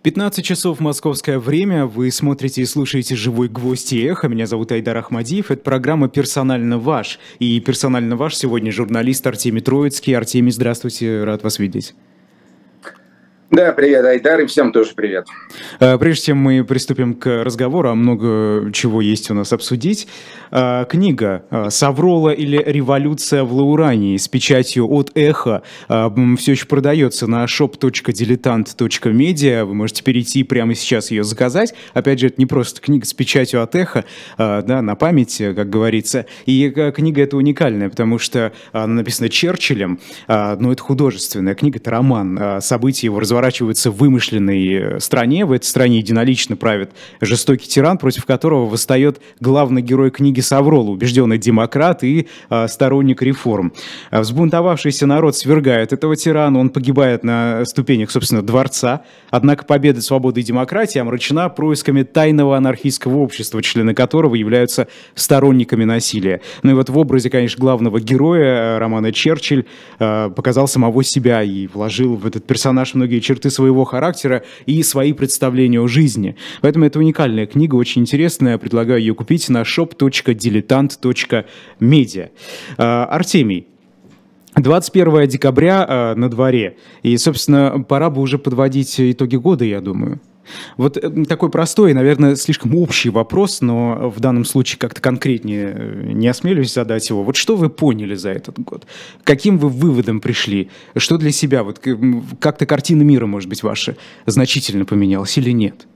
15 часов московское время. Вы смотрите и слушаете «Живой гвоздь» и «Эхо». Меня зовут Айдар Ахмадиев. Это программа «Персонально ваш». И «Персонально ваш» сегодня журналист Артемий Троицкий. Артемий, здравствуйте, рад вас видеть. Да, привет, Айдар, и всем тоже привет. Прежде чем мы приступим к разговору, а много чего есть у нас обсудить, книга «Саврола или революция в Лаурании» с печатью от «Эхо» все еще продается на shop.diletant.media. Вы можете перейти прямо сейчас ее заказать. Опять же, это не просто книга с печатью от «Эхо», да, на память, как говорится. И книга эта уникальная, потому что она написана Черчиллем, но это художественная книга, это роман. События его разворачиваются в вымышленной стране. В этой стране единолично правит жестокий тиран, против которого восстает главный герой книги Саврола, убежденный демократ и сторонник реформ. Взбунтовавшийся народ свергает этого тирана, он погибает на ступенях, собственно, дворца. Однако победа свободы и демократии омрачена происками тайного анархистского общества, члены которого являются сторонниками насилия. Ну и вот в образе, конечно, главного героя романа Черчилль показал самого себя и вложил в этот персонаж многие черты своего характера и свои представления о жизни. Поэтому это уникальная книга, очень интересная. Предлагаю ее купить на shop.diletant.media. Артемий, 21 декабря на дворе. И, собственно, пора бы уже подводить итоги года, я думаю. Вот такой простой, наверное, слишком общий вопрос, но в данном случае как-то конкретнее не осмелюсь задать его. Вот что вы поняли за этот год? Каким вы выводом пришли? Что для себя? Вот как-то картина мира, может быть, ваша значительно поменялась или нет?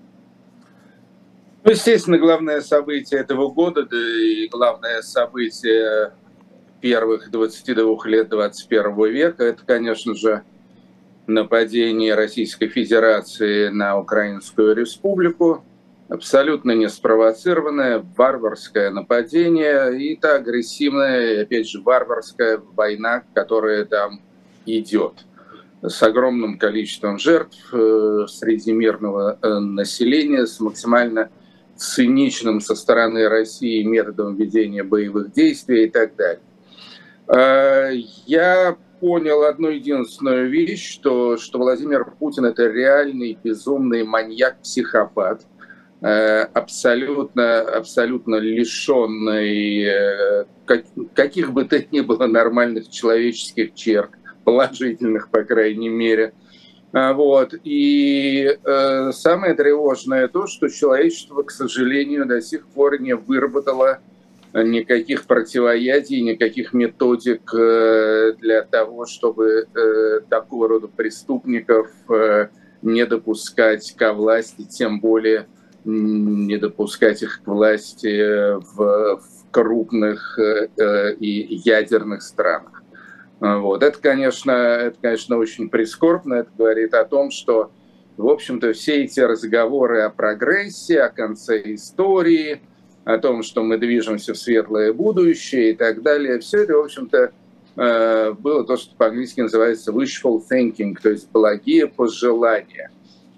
Ну, естественно, главное событие этого года, да и главное событие первых 22 лет 21 века, это, конечно же, нападение Российской Федерации на Украинскую Республику, абсолютно не спровоцированное, варварское нападение и та агрессивная, опять же, варварская война, которая там идет, с огромным количеством жертв среди мирного населения, с максимально циничным со стороны России методом ведения боевых действий и так далее. Я понял одну единственную вещь, что Владимир Путин – это реальный безумный маньяк-психопат, абсолютно лишенный каких бы то ни было нормальных человеческих черт, положительных, по крайней мере. Вот. И самое тревожное то, что человечество, к сожалению, до сих пор не выработало никаких противоядий, никаких методик для того, чтобы такого рода преступников не допускать ко власти, тем более не допускать их к власти в крупных и ядерных странах. Вот. Это, конечно, очень прискорбно. Это говорит о том, что, в общем-то, все эти разговоры о прогрессе, о конце истории, о том, что мы движемся в светлое будущее и так далее, все это, в общем-то, было то, что по-английски называется wishful thinking, то есть благие пожелания.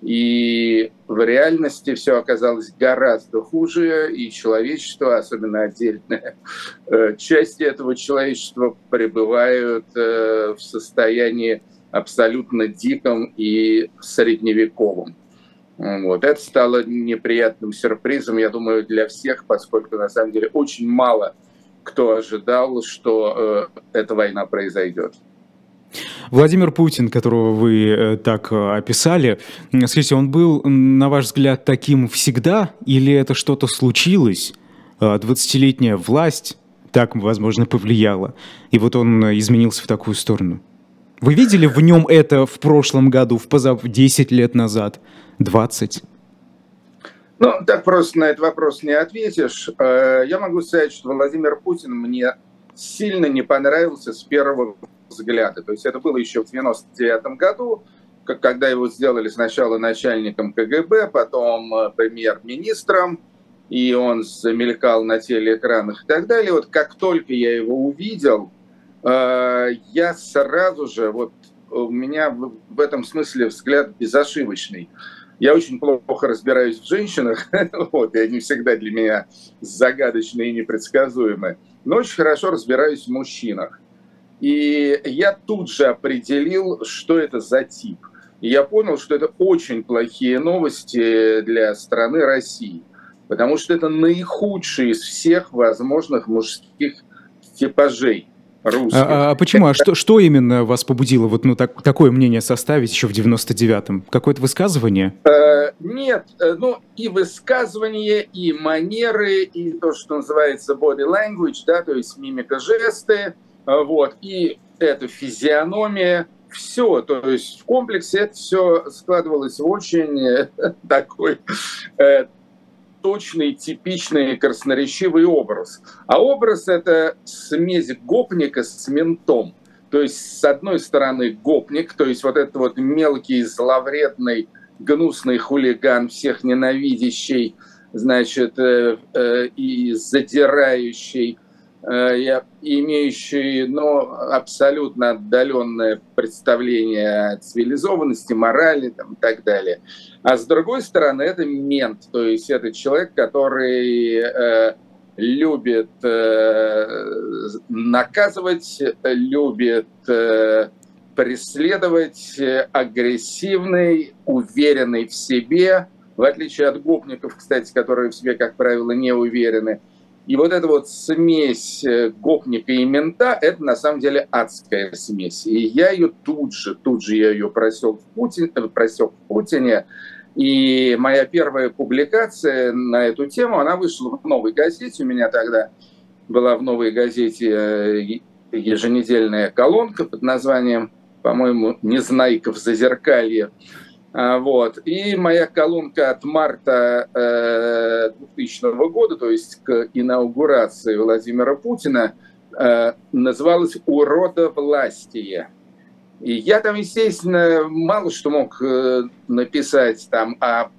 И в реальности все оказалось гораздо хуже, и человечество, особенно отдельная часть этого человечества, пребывают в состоянии абсолютно диком и средневековом. Вот. Это стало неприятным сюрпризом, я думаю, для всех, поскольку на самом деле очень мало кто ожидал, что эта война произойдет. Владимир Путин, которого вы так описали, скажите, он был, на ваш взгляд, таким всегда, или это что-то случилось? 20-летняя власть так, возможно, повлияла, и вот он изменился в такую сторону. Вы видели в нем это в прошлом году, в 10 лет назад, 20? Ну, так просто на этот вопрос не ответишь. Я могу сказать, что Владимир Путин мне сильно не понравился с первого взгляда. То есть это было еще в 1999 году, когда его сделали сначала начальником КГБ, потом премьер-министром, и он замелькал на телеэкранах и так далее. Вот как только я его увидел, я сразу же, вот у меня в этом смысле взгляд безошибочный. Я очень плохо разбираюсь в женщинах, вот, и они всегда для меня загадочные и непредсказуемые, но очень хорошо разбираюсь в мужчинах. И я тут же определил, что это за тип. И я понял, что это очень плохие новости для страны России, потому что это наихудший из всех возможных мужских типажей русских. А почему? А что именно вас побудило вот, ну, такое мнение составить еще в 99-м? Какое-то высказывание? Нет, ну и высказывания, и манеры, и то, что называется body language, да, то есть мимика, жесты, вот, и эта физиономия, все, то есть в комплексе это все складывалось в очень такой точный, типичный, красноречивый образ. А образ – это смесь гопника с ментом. То есть, с одной стороны, гопник, то есть вот этот вот мелкий, зловредный, гнусный хулиган, всех ненавидящий, значит, и задирающий, имеющий, абсолютно отдаленное представление о цивилизованности, морали там, и так далее. А с другой стороны, это мент, то есть это человек, который любит наказывать, любит преследовать, агрессивный, уверенный в себе, в отличие от гопников, кстати, которые в себе, как правило, не уверены. И вот эта вот смесь гопника и мента, это на самом деле адская смесь. И я ее тут же я ее просек в Путине. И моя первая публикация на эту тему, она вышла в «Новой газете». У меня тогда была в «Новой газете» еженедельная колонка под названием, по-моему, «Незнайка в зазеркалье». Вот. И моя колонка от марта 2000 года, то есть к инаугурации Владимира Путина, называлась «Уродовластие». И я там, естественно, мало что мог написать там о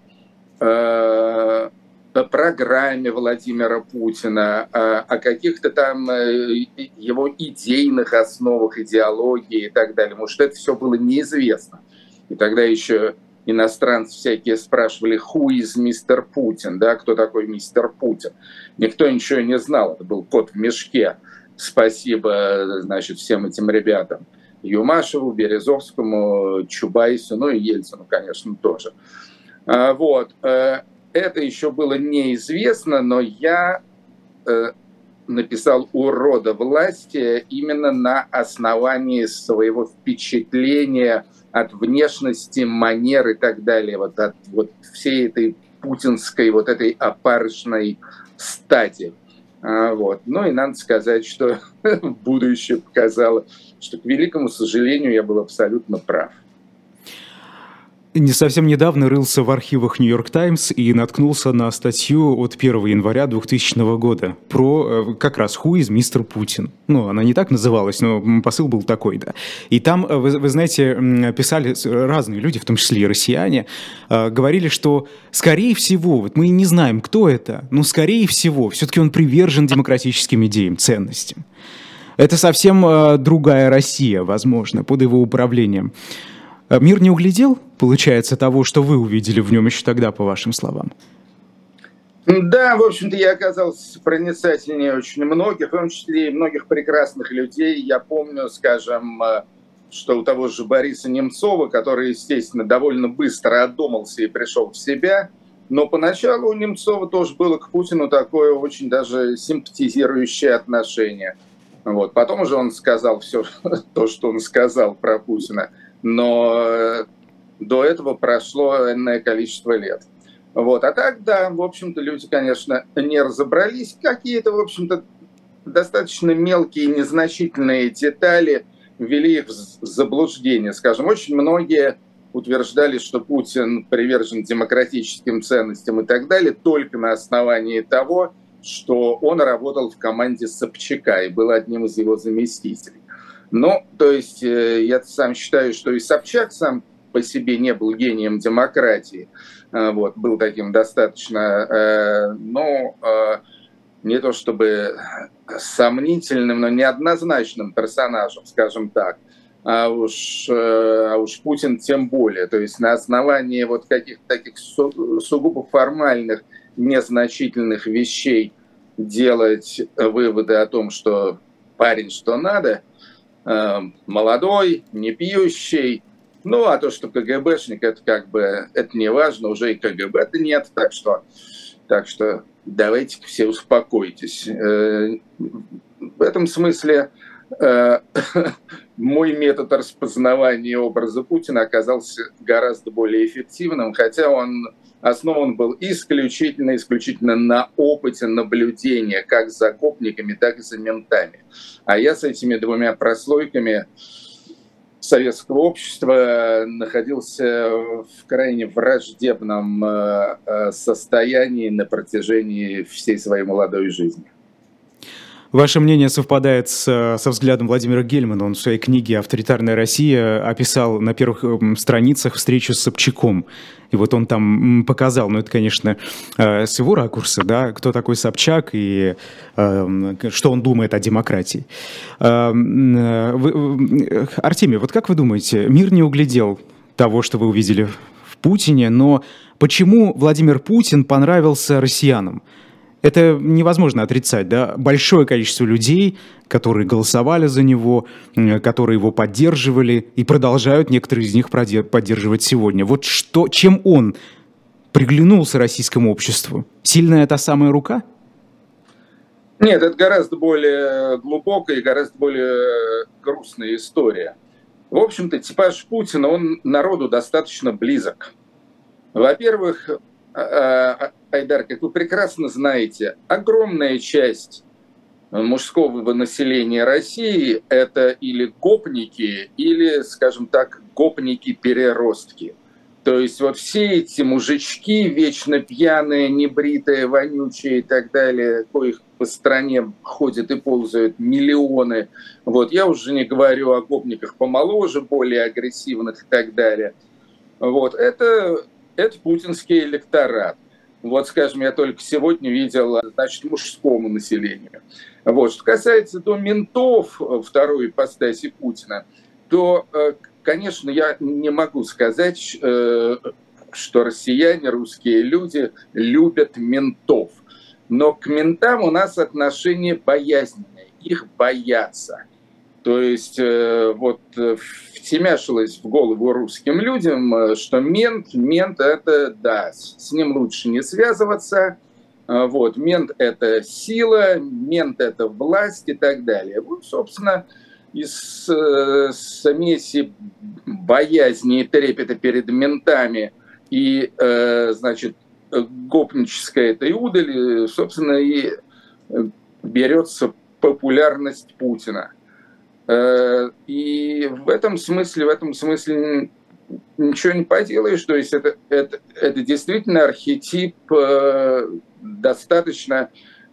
программе Владимира Путина, о каких-то там его идейных основах, идеологии и так далее. Потому что это все было неизвестно. И тогда еще иностранцы всякие спрашивали, who is Mr. Putin, да, кто такой мистер Путин. Никто ничего не знал, это был кот в мешке. Спасибо, значит, всем этим ребятам. Юмашеву, Березовскому, Чубайсу, ну и Ельцину, конечно, тоже. Вот. Это еще было неизвестно, но я написал «Уродовластие» именно на основании своего впечатления от внешности, манер и так далее, вот от вот всей этой путинской, вот этой опарышной стати. Вот. Ну и надо сказать, что будущее показало, что, к великому сожалению, я был абсолютно прав. Не совсем недавно рылся в архивах «Нью-Йорк Таймс» и наткнулся на статью от 1 января 2000 года про как раз «Who is Mr. Putin?». Ну, она не так называлась, но посыл был такой, да. И там, вы знаете, писали разные люди, в том числе и россияне, говорили, что, скорее всего, вот мы не знаем, кто это, но, скорее всего, все-таки он привержен демократическим идеям, ценностям. Это совсем другая Россия, возможно, под его управлением. Мир не углядел, получается, того, что вы увидели в нем еще тогда, по вашим словам? Да, в общем-то, я оказался проницательнее очень многих, в том числе и многих прекрасных людей. Я помню, скажем, что у того же Бориса Немцова, который, естественно, довольно быстро отдумался и пришел в себя, но поначалу у Немцова тоже было к Путину такое очень даже симпатизирующее отношение. Вот. Потом уже он сказал все то, что он сказал про Путина. Но до этого прошло энное количество лет. Вот. А так, да, в общем-то, люди, конечно, не разобрались. Какие-то, в общем-то, достаточно мелкие, незначительные детали ввели их в заблуждение. Скажем, очень многие утверждали, что Путин привержен демократическим ценностям и так далее только на основании того, что он работал в команде Собчака и был одним из его заместителей. Ну, то есть я сам считаю, что и Собчак сам по себе не был гением демократии. Вот, был таким достаточно, не то чтобы сомнительным, но неоднозначным персонажем, скажем так. А уж Путин тем более. То есть на основании вот каких-то таких сугубо формальных, незначительных вещей делать выводы о том, что парень что надо, молодой, не пьющий, Ну, а то, что КГБшник, это как бы, это не важно, уже и КГБ-то нет, так что давайте все успокойтесь. В этом смысле мой метод распознавания образа Путина оказался гораздо более эффективным, хотя он основан был исключительно на опыте наблюдения как за гопниками, так и за ментами. А я с этими двумя прослойками советского общества находился в крайне враждебном состоянии на протяжении всей своей молодой жизни. Ваше мнение совпадает со взглядом Владимира Гельмана. Он в своей книге «Авторитарная Россия» описал на первых страницах встречу с Собчаком. И вот он там показал, ну это, конечно, с его ракурса, да, кто такой Собчак и что он думает о демократии. Артемий, вот как вы думаете, мир не углядел того, что вы увидели в Путине, но почему Владимир Путин понравился россиянам? Это невозможно отрицать, да? Большое количество людей, которые голосовали за него, которые его поддерживали и продолжают некоторые из них поддерживать сегодня. Вот чем он приглянулся российскому обществу? Сильная та самая рука? Нет, это гораздо более глубокая и гораздо более грустная история. В общем-то, типаж Путина, он народу достаточно близок. Во-первых, Айдар, как вы прекрасно знаете, огромная часть мужского населения России – это или гопники, или, скажем так, гопники-переростки. То есть вот все эти мужички, вечно пьяные, небритые, вонючие и так далее, коих по стране ходят и ползают миллионы. Вот. Я уже не говорю о гопниках помоложе, более агрессивных и так далее. Вот. Это путинский электорат. Вот, скажем, я только сегодня видел, значит, мужскому населению. Вот. Что касается до ментов второй ипостаси Путина, то, конечно, я не могу сказать, что россияне, русские люди любят ментов. Но к ментам у нас отношение боязненное, их боятся. То есть вот втемяшилось в голову русским людям, что мент это, да, с ним лучше не связываться, вот, мент это сила, мент это власть и так далее. Вот, собственно, из смеси боязни и трепета перед ментами и, значит, гопнической этой удали, собственно, и берется популярность Путина. И в этом смысле ничего не поделаешь. То есть это действительно архетип достаточно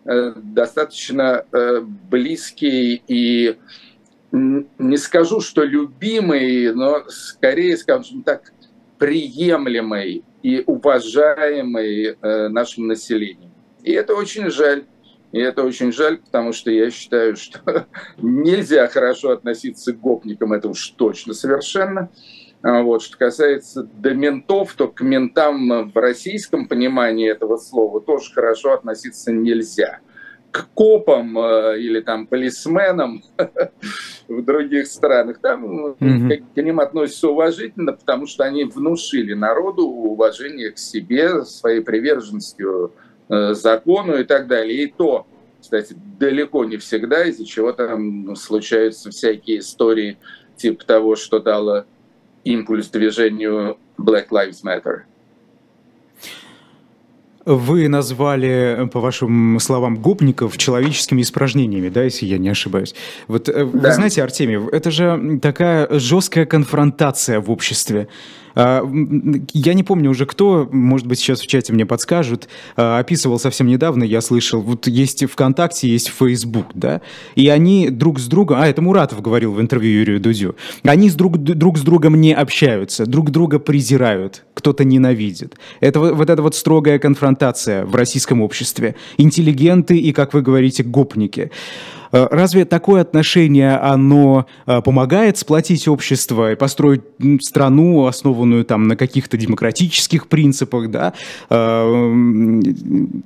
близкий и, не скажу, что любимый, но скорее, скажем так, приемлемый и уважаемый нашим населением. И это очень жаль. И это очень жаль, потому что я считаю, что нельзя хорошо относиться к гопникам, это уж точно совершенно. Вот. Что касается до ментов, то к ментам в российском понимании этого слова тоже хорошо относиться нельзя. К копам или там полисменам в других странах, там к ним относятся уважительно, потому что они внушили народу уважение к себе, своей приверженностью закону и так далее. И то, кстати, далеко не всегда, из-за чего там случаются всякие истории типа того, что дало импульс движению Black Lives Matter. Вы назвали, по вашим словам, гопников человеческими испражнениями, да, если я не ошибаюсь. Вот да. Вы знаете, Артемий, это же такая жесткая конфронтация в обществе. Я не помню уже кто, может быть, сейчас в чате мне подскажут, описывал совсем недавно, я слышал, вот есть ВКонтакте, есть Facebook, да, и они друг с другом, это Муратов говорил в интервью Юрию Дудю, они друг с другом не общаются, друг друга презирают, кто-то ненавидит. Это вот эта вот строгая конфронтация в российском обществе. Интеллигенты и, как вы говорите, гопники. Разве такое отношение, оно помогает сплотить общество и построить страну, основанную там на каких-то демократических принципах, да?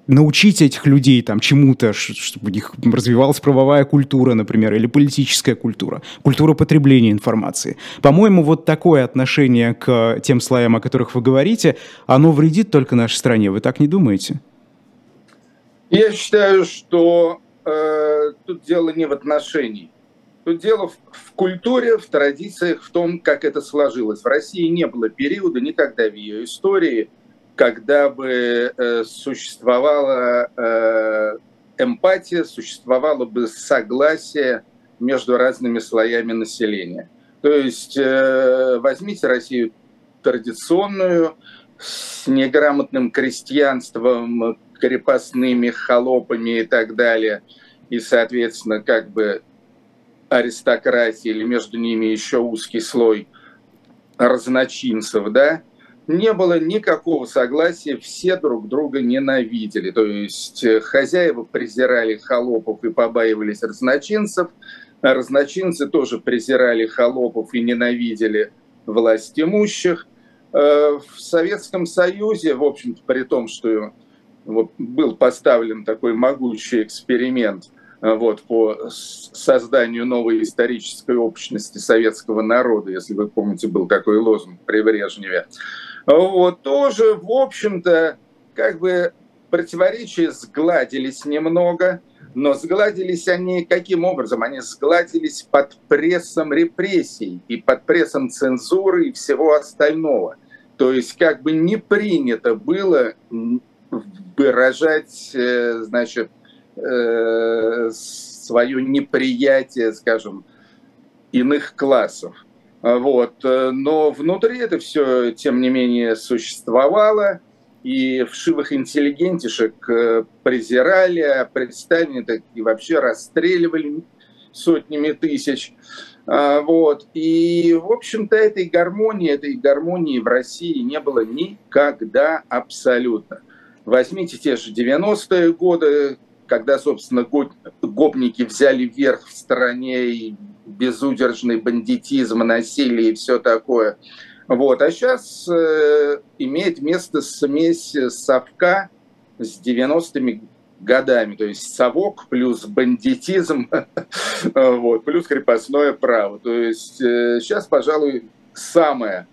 научить этих людей там чему-то, чтобы у них развивалась правовая культура, например, или политическая культура, культура потребления информации. По-моему, вот такое отношение к тем слоям, о которых вы говорите, оно вредит только нашей стране. Вы так не думаете? Я считаю, что тут дело не в отношении. Тут дело в культуре, в традициях, в том, как это сложилось. В России не было периода никогда в ее истории, когда бы существовала эмпатия, существовало бы согласие между разными слоями населения. То есть возьмите Россию традиционную, с неграмотным крестьянством, крепостными, холопами и так далее, и, соответственно, как бы аристократии или между ними еще узкий слой разночинцев, да, не было никакого согласия, все друг друга ненавидели. То есть хозяева презирали холопов и побаивались разночинцев, а разночинцы тоже презирали холопов и ненавидели власть имущих. В Советском Союзе, в общем-то, при том, что был поставлен такой могучий эксперимент по созданию новой исторической общности советского народа, если вы помните, был такой лозунг при Брежневе, тоже, в общем-то, как бы противоречия сгладились немного, но сгладились они каким образом? Они сгладились под прессом репрессий и под прессом цензуры и всего остального. То есть как бы не принято было выражать, значит, свое неприятие, скажем, иных классов. Но внутри это все, тем не менее, существовало, и вшивых интеллигентишек презирали, а представленных и вообще расстреливали сотнями тысяч. И, в общем-то, этой гармонии в России не было никогда абсолютно. Возьмите те же 90-е годы, когда, собственно, гопники взяли верх в стране, и безудержный бандитизм, насилие и все такое. А сейчас имеет место смесь совка с 90-ми годами, то есть совок плюс бандитизм, плюс крепостное право. То есть сейчас, пожалуй, самая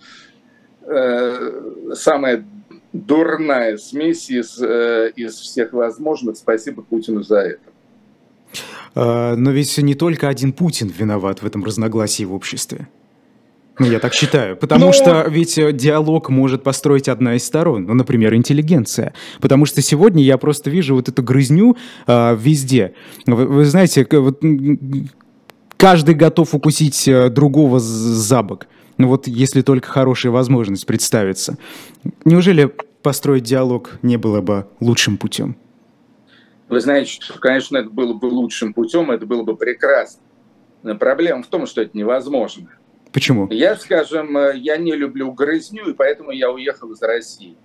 дурная смесь из всех возможных. Спасибо Путину за это. Но ведь не только один Путин виноват в этом разногласии в обществе. Я так считаю. Потому что ведь диалог может построить одна из сторон, например, интеллигенция. Потому что сегодня я просто вижу вот эту грызню везде. Вы знаете, каждый готов укусить другого за бок. Если только хорошая возможность представится. Неужели построить диалог не было бы лучшим путем? Вы знаете, что, конечно, это было бы лучшим путем, это было бы прекрасно. Но проблема в том, что это невозможно. Почему? Я не люблю грызню, и поэтому я уехал из России.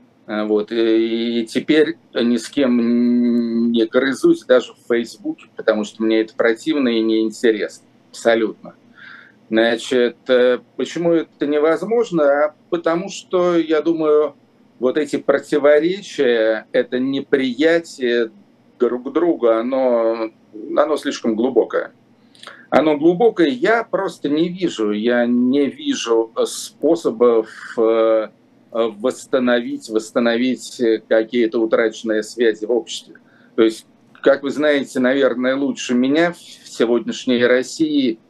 И теперь ни с кем не грызусь, даже в Фейсбуке, потому что мне это противно и неинтересно. Абсолютно. Значит, почему это невозможно? Потому что, я думаю, эти противоречия, это неприятие друг друга, оно слишком глубокое. Оно глубокое, я просто не вижу способов восстановить какие-то утраченные связи в обществе. То есть, как вы знаете, наверное, лучше меня, в сегодняшней России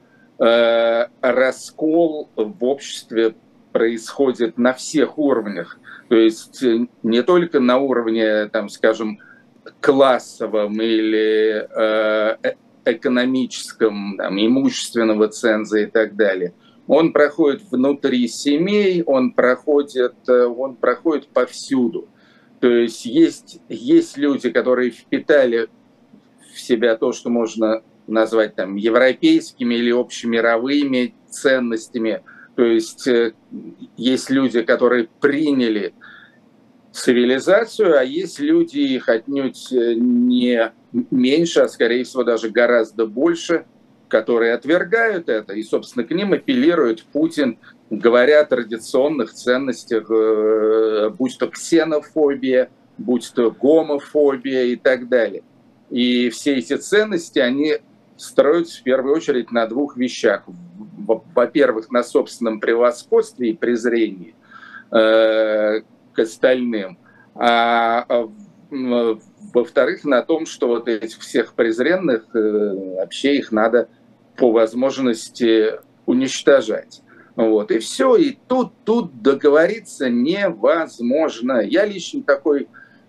раскол в обществе происходит на всех уровнях. То есть не только на уровне, там, скажем, классовом или экономическом, там, имущественного ценза и так далее. Он проходит внутри семей, он проходит повсюду. То есть есть люди, которые впитали в себя то, что можно назвать там европейскими или общемировыми ценностями. То есть есть люди, которые приняли цивилизацию, а есть люди, их отнюдь не меньше, а скорее всего даже гораздо больше, которые отвергают это. И, собственно, к ним апеллирует Путин, говоря о традиционных ценностях, будь то ксенофобия, будь то гомофобия и так далее. И все эти ценности, они строятся в первую очередь на двух вещах. Во-первых, на собственном превосходстве и презрении к остальным, а во-вторых, на том, что вот этих всех презренных, вообще их надо по возможности уничтожать. Вот, и все, и тут договориться невозможно. Я лично такой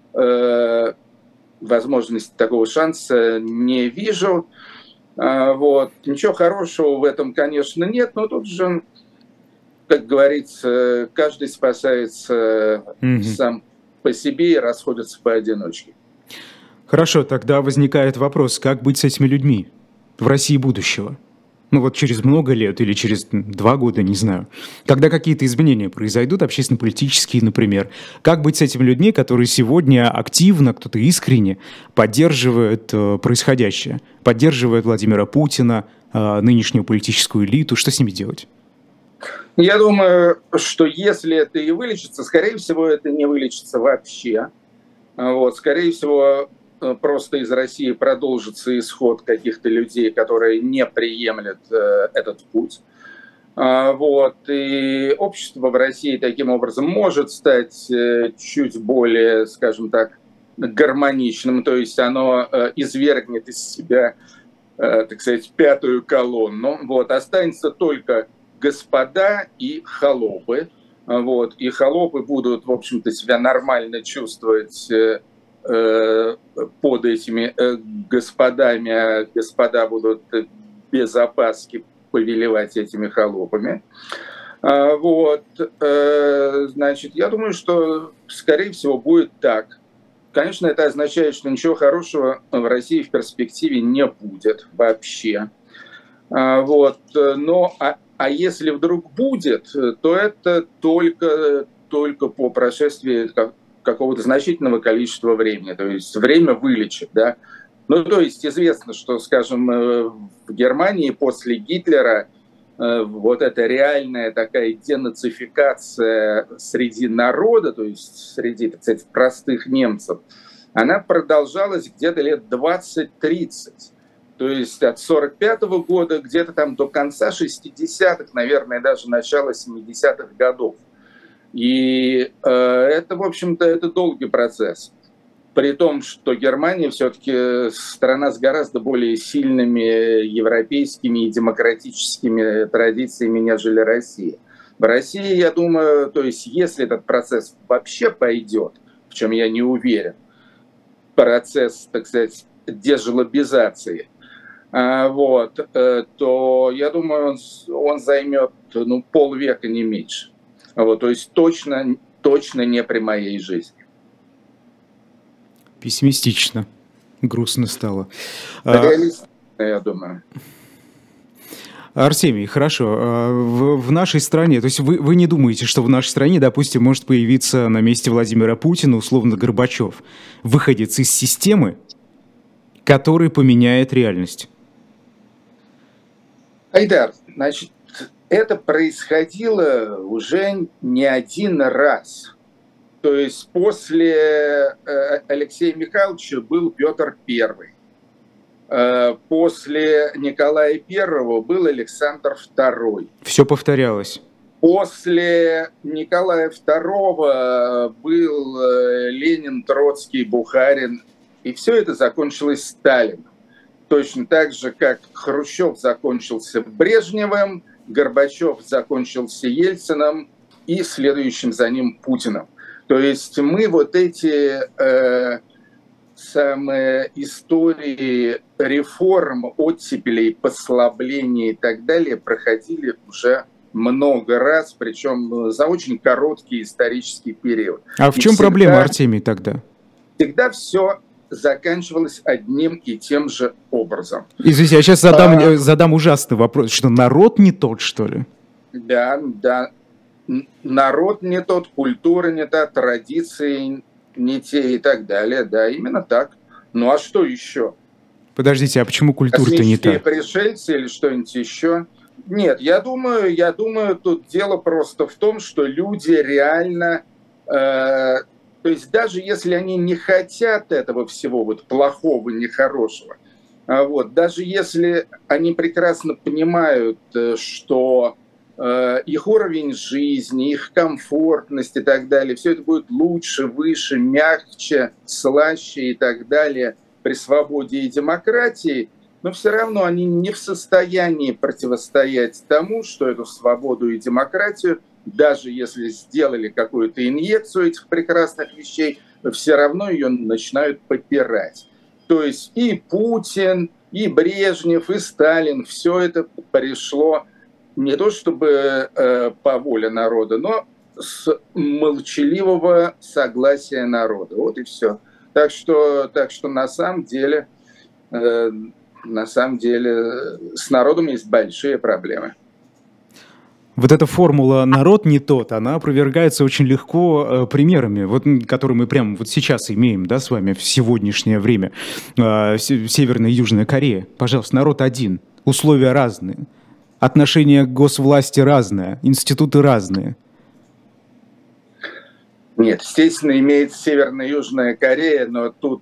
возможности, такого шанса не вижу. Вот. Ничего хорошего в этом, конечно, нет, но тут же, как говорится, каждый спасается сам по себе и расходится поодиночке. Хорошо, тогда возникает вопрос, как быть с этими людьми в России будущего? Ну вот через много лет или через 2 года, не знаю. Когда какие-то изменения произойдут, общественно-политические, например. Как быть с этими людьми, которые сегодня активно, кто-то искренне поддерживает происходящее, поддерживает Владимира Путина, нынешнюю политическую элиту? Что с ними делать? Я думаю, что если это и вылечится, скорее всего, это не вылечится вообще. Вот, скорее всего, просто из России продолжится исход каких-то людей, которые не приемлят этот путь. Вот. И общество в России таким образом может стать чуть более, скажем так, гармоничным, то есть оно извергнет из себя, так сказать, пятую колонну. Вот. Останется только господа и холопы. Вот. И холопы будут, в общем-то, себя нормально чувствовать под этими господами, а господа будут без опаски повелевать этими холопами. Вот. Значит, я думаю, что, скорее всего, будет так. Конечно, это означает, что ничего хорошего в России в перспективе не будет вообще. Вот. Но, а если вдруг будет, то это только по прошествии какого-то значительного количества времени. То есть время вылечит, да. Ну, то есть известно, что, скажем, в Германии после Гитлера вот эта реальная такая денацификация среди народа, то есть среди, так сказать, простых немцев, она продолжалась где-то лет 20-30. То есть от 1945 года где-то там до конца 60-х, наверное, даже начала 70-х годов. И это, в общем-то, это долгий процесс. При том, что Германия все-таки страна с гораздо более сильными европейскими и демократическими традициями, нежели Россия. В России, я думаю, то есть если этот процесс вообще пойдет, в чем я не уверен, процесс, так сказать, дежелобизации, вот, то, я думаю, он займет полвека, не меньше. Вот, то есть точно не при моей жизни. Пессимистично. Грустно стало. Реалистично, я думаю. Артемий, хорошо. В нашей стране, то есть вы не думаете, что в нашей стране, допустим, может появиться на месте Владимира Путина, условно, Горбачев, выходец из системы, который поменяет реальность? Айдар, значит, это происходило уже не один раз. То есть после Алексея Михайловича был Петр I. После Николая I был Александр II. Все повторялось. После Николая II был Ленин, Троцкий, Бухарин. И все это закончилось Сталином. Точно так же, как Хрущев закончился Брежневым, Горбачев закончился Ельциным и следующим за ним Путиным. То есть мы вот эти самые истории реформ, оттепелей, послаблений и так далее проходили уже много раз, причем за очень короткий исторический период. А в чем проблема, Артемий, тогда? Всегда все заканчивалось одним и тем же образом. Извините, я сейчас задам ужасный вопрос, что народ не тот, что ли? Да. Народ не тот, культура не та, традиции не те и так далее. Да, именно так. Ну а что еще? Подождите, а почему культура-то не та? Пришельцы или что-нибудь еще? Нет, я думаю, тут дело просто в том, что люди реально То есть даже если они не хотят этого всего, вот плохого, нехорошего, вот, даже если они прекрасно понимают, что их уровень жизни, их комфортность и так далее, все это будет лучше, выше, мягче, слаще и так далее при свободе и демократии, но все равно они не в состоянии противостоять тому, что эту свободу и демократию, даже если сделали какую-то инъекцию этих прекрасных вещей, все равно ее начинают попирать. То есть и Путин, и Брежнев, и Сталин, все это пришло не то чтобы по воле народа, но с молчаливого согласия народа. Вот и все. Так что на самом деле с народом есть большие проблемы. Вот эта формула «народ не тот», она опровергается очень легко примерами, вот, которые мы прямо вот сейчас имеем, да, с вами в сегодняшнее время. Северная и Южная Корея. Пожалуйста, народ один, условия разные, отношение к госвласти разное, институты разные. Нет, естественно, имеется Северная и Южная Корея, но тут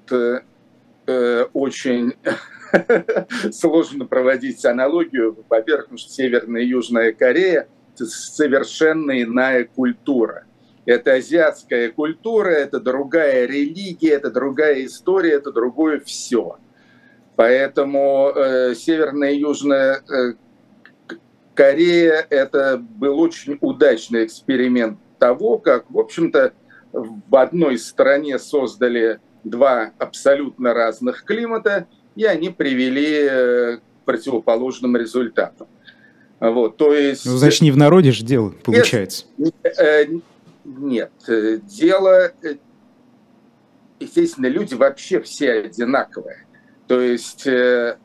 очень сложно проводить аналогию. Во-первых, потому что Северная и Южная Корея – это совершенно иная культура. Это азиатская культура, это другая религия, это другая история, это другое все. Поэтому Северная и Южная Корея – это был очень удачный эксперимент того, как, в общем-то, в одной стране создали два абсолютно разных климата, и они привели к противоположным результатам. Вот, то есть... Ну, значит, не в народе же дело, получается. Нет, дело... Естественно, люди вообще все одинаковые. То есть я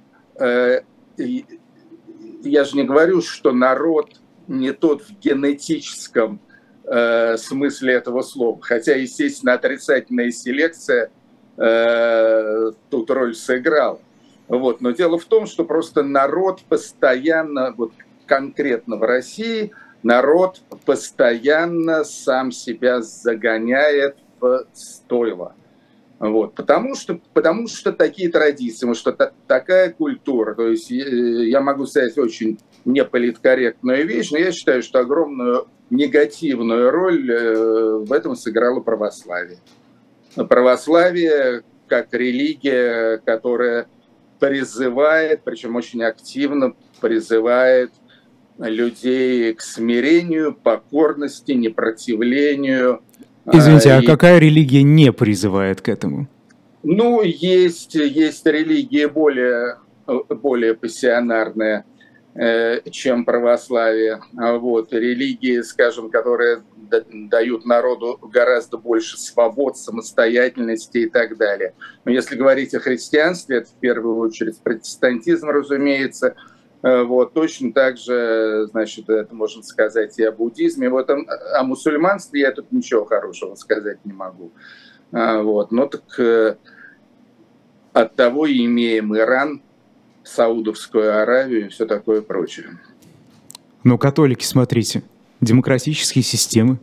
же не говорю, что народ не тот в генетическом смысле этого слова. Хотя, естественно, отрицательная селекция тут роль сыграла. Вот. Но дело в том, что просто народ постоянно, вот конкретно в России, народ постоянно сам себя загоняет в стойло. Вот. Потому что такие традиции, потому что такая культура. То есть я могу сказать очень неполиткорректную вещь, но я считаю, что огромную негативную роль в этом сыграло православие. Православие как религия, которая призывает, причем очень активно призывает людей к смирению, покорности, непротивлению. Извините, а какая религия не призывает к этому? Ну, есть религии более пассионарные, чем православие. Вот. Религии, скажем, которые дают народу гораздо больше свобод, самостоятельности и так далее. Но если говорить о христианстве, это в первую очередь протестантизм, разумеется. Вот. Точно так же, значит, это можно сказать и о буддизме. Вот о мусульманстве я тут ничего хорошего сказать не могу. Вот. Но так оттого и имеем Иран, Саудовскую Аравию и все такое прочее. Но католики, смотрите, демократические системы.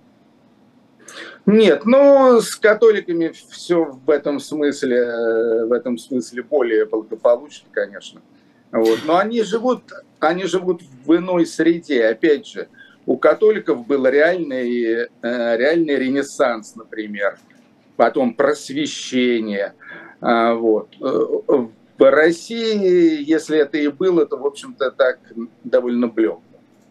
Нет, но с католиками все в этом смысле более благополучно, конечно. Вот. Но они живут в иной среде. Опять же, у католиков был реальный ренессанс, например, потом просвещение. Вот. В России, если это и было, то, в общем-то, так довольно блекло.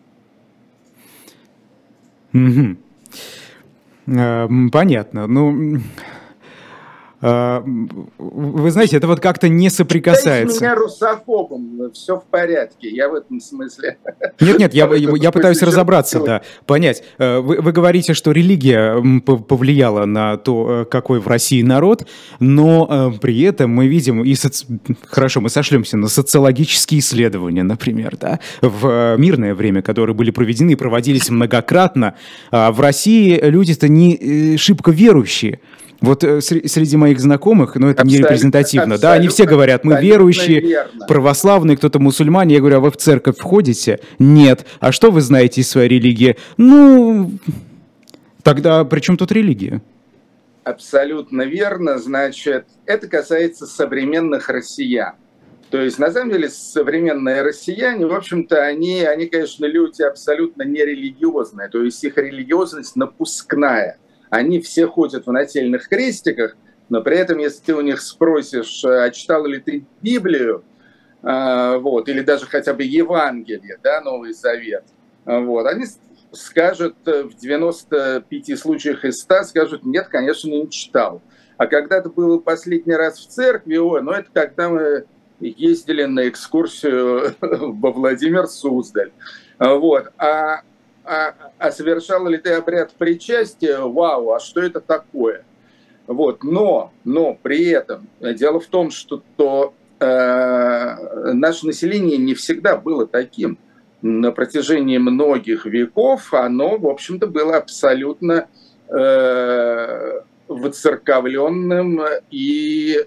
Понятно. Ну, вы знаете, это вот как-то не соприкасается. Считайте меня русофобом, все в порядке, я в этом смысле. Нет, я пытаюсь разобраться, да, понять. Вы говорите, что религия повлияла на то, какой в России народ, но при этом мы видим, хорошо, мы сошлемся на социологические исследования, например, да, в мирное время, которые были проведены и проводились многократно. В России люди-то не шибко верующие. Вот среди моих знакомых, но это не репрезентативно, да, они все говорят, мы верующие, верно. Православные, кто-то мусульмане. Я говорю, а вы в церковь входите? Нет. А что вы знаете из своей религии? Ну, тогда при чем тут религия? абсолютно верно. Значит, это касается современных россиян. То есть, на самом деле, современные россияне, в общем-то, они, конечно, люди абсолютно нерелигиозные. То есть их религиозность напускная. Они все ходят в нательных крестиках, но при этом, если ты у них спросишь, а читал ли ты Библию, вот, или даже хотя бы Евангелие, да, Новый Завет, вот, они скажут в 95 случаях из 100, скажут, нет, конечно, не читал. А когда ты был последний раз в церкви, ну это когда мы ездили на экскурсию во Владимир-Суздаль. Вот. А совершал ли ты обряд причастия? Вау, а что это такое? Вот. Но при этом дело в том, что наше население не всегда было таким. На протяжении многих веков оно, в общем-то, было абсолютно воцерковленным и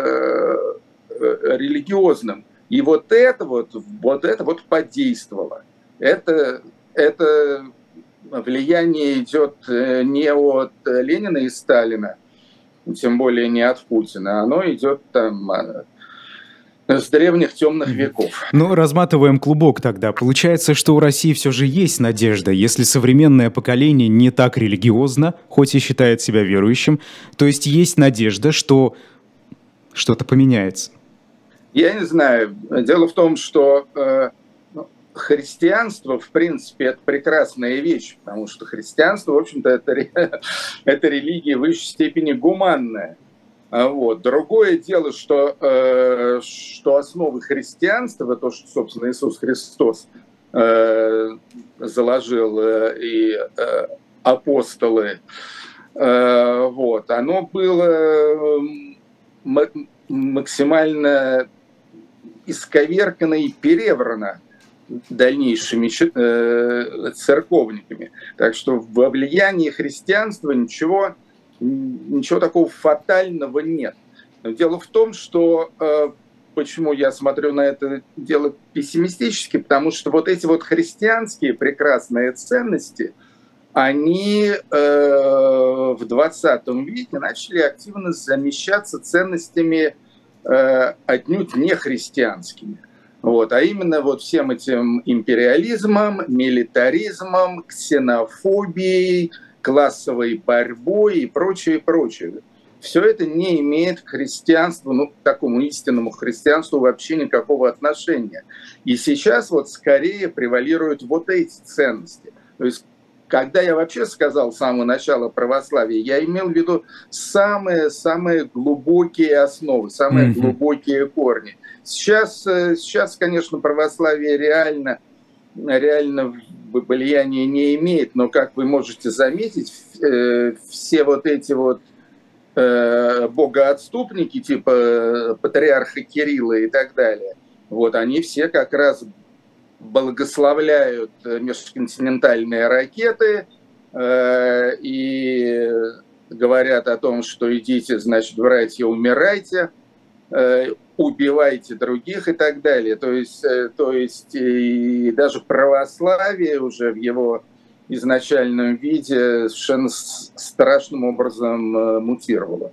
религиозным. И вот это подействовало. Это влияние идет не от Ленина и Сталина, тем более не от Путина. Оно идет там с древних темных веков. Ну, разматываем клубок тогда. Получается, что у России все же есть надежда. Если современное поколение не так религиозно, хоть и считает себя верующим, то есть надежда, что что-то поменяется. Я не знаю. Дело в том, что христианство, в принципе, это прекрасная вещь, потому что христианство, в общем-то, это религия в высшей степени гуманная. Вот. Другое дело, что основы христианства, то, что, собственно, Иисус Христос заложил и апостолы, вот, оно было максимально исковеркано и переврано дальнейшими церковниками. Так что во влиянии христианства ничего такого фатального нет. Но дело в том, что почему я смотрю на это дело пессимистически, потому что вот эти вот христианские прекрасные ценности, они в 20 веке начали активно замещаться ценностями отнюдь не христианскими. Вот, а именно вот всем этим империализмом, милитаризмом, ксенофобией, классовой борьбой и прочее, прочее. Все это не имеет к христианству, к такому истинному христианству вообще никакого отношения. И сейчас вот скорее превалируют вот эти ценности. То есть, когда я вообще сказал с самого начала православия, я имел в виду самые глубокие основы, самые глубокие корни. Сейчас, конечно, православие реально влияния не имеет, но, как вы можете заметить, все вот эти вот богоотступники, типа патриарха Кирилла и так далее, вот они все как раз благословляют межконтинентальные ракеты и говорят о том, что идите, значит, братья, умирайте, убивайте других и так далее. То есть и даже православие уже в его изначальном виде совершенно страшным образом мутировало.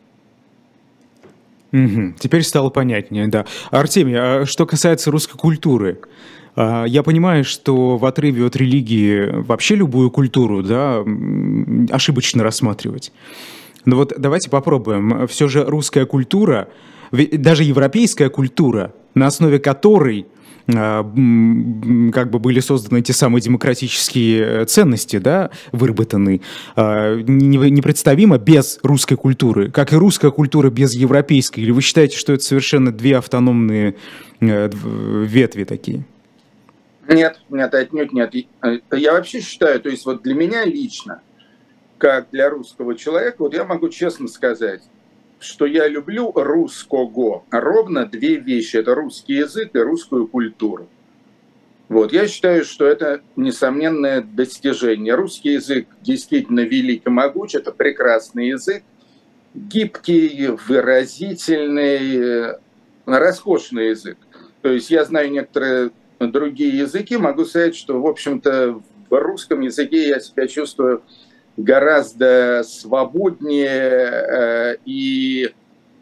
Теперь стало понятнее, да. Артемий, а что касается русской культуры, я понимаю, что в отрыве от религии вообще любую культуру, да, ошибочно рассматривать. Но вот давайте попробуем. Все же русская культура, даже европейская культура, на основе которой как бы были созданы те самые демократические ценности, да, выработаны, непредставимо без русской культуры, как и русская культура без европейской. Или вы считаете, что это совершенно две автономные ветви такие? Нет, отнюдь нет. Я вообще считаю, то есть вот для меня лично, как для русского человека, вот я могу честно сказать, что я люблю русского ровно две вещи. Это русский язык и русскую культуру. Вот. Я считаю, что это несомненное достижение. Русский язык действительно велик и могуч. Это прекрасный язык. Гибкий, выразительный, роскошный язык. То есть я знаю некоторые другие языки. Могу сказать, что, в общем-то, в русском языке я себя чувствую гораздо свободнее и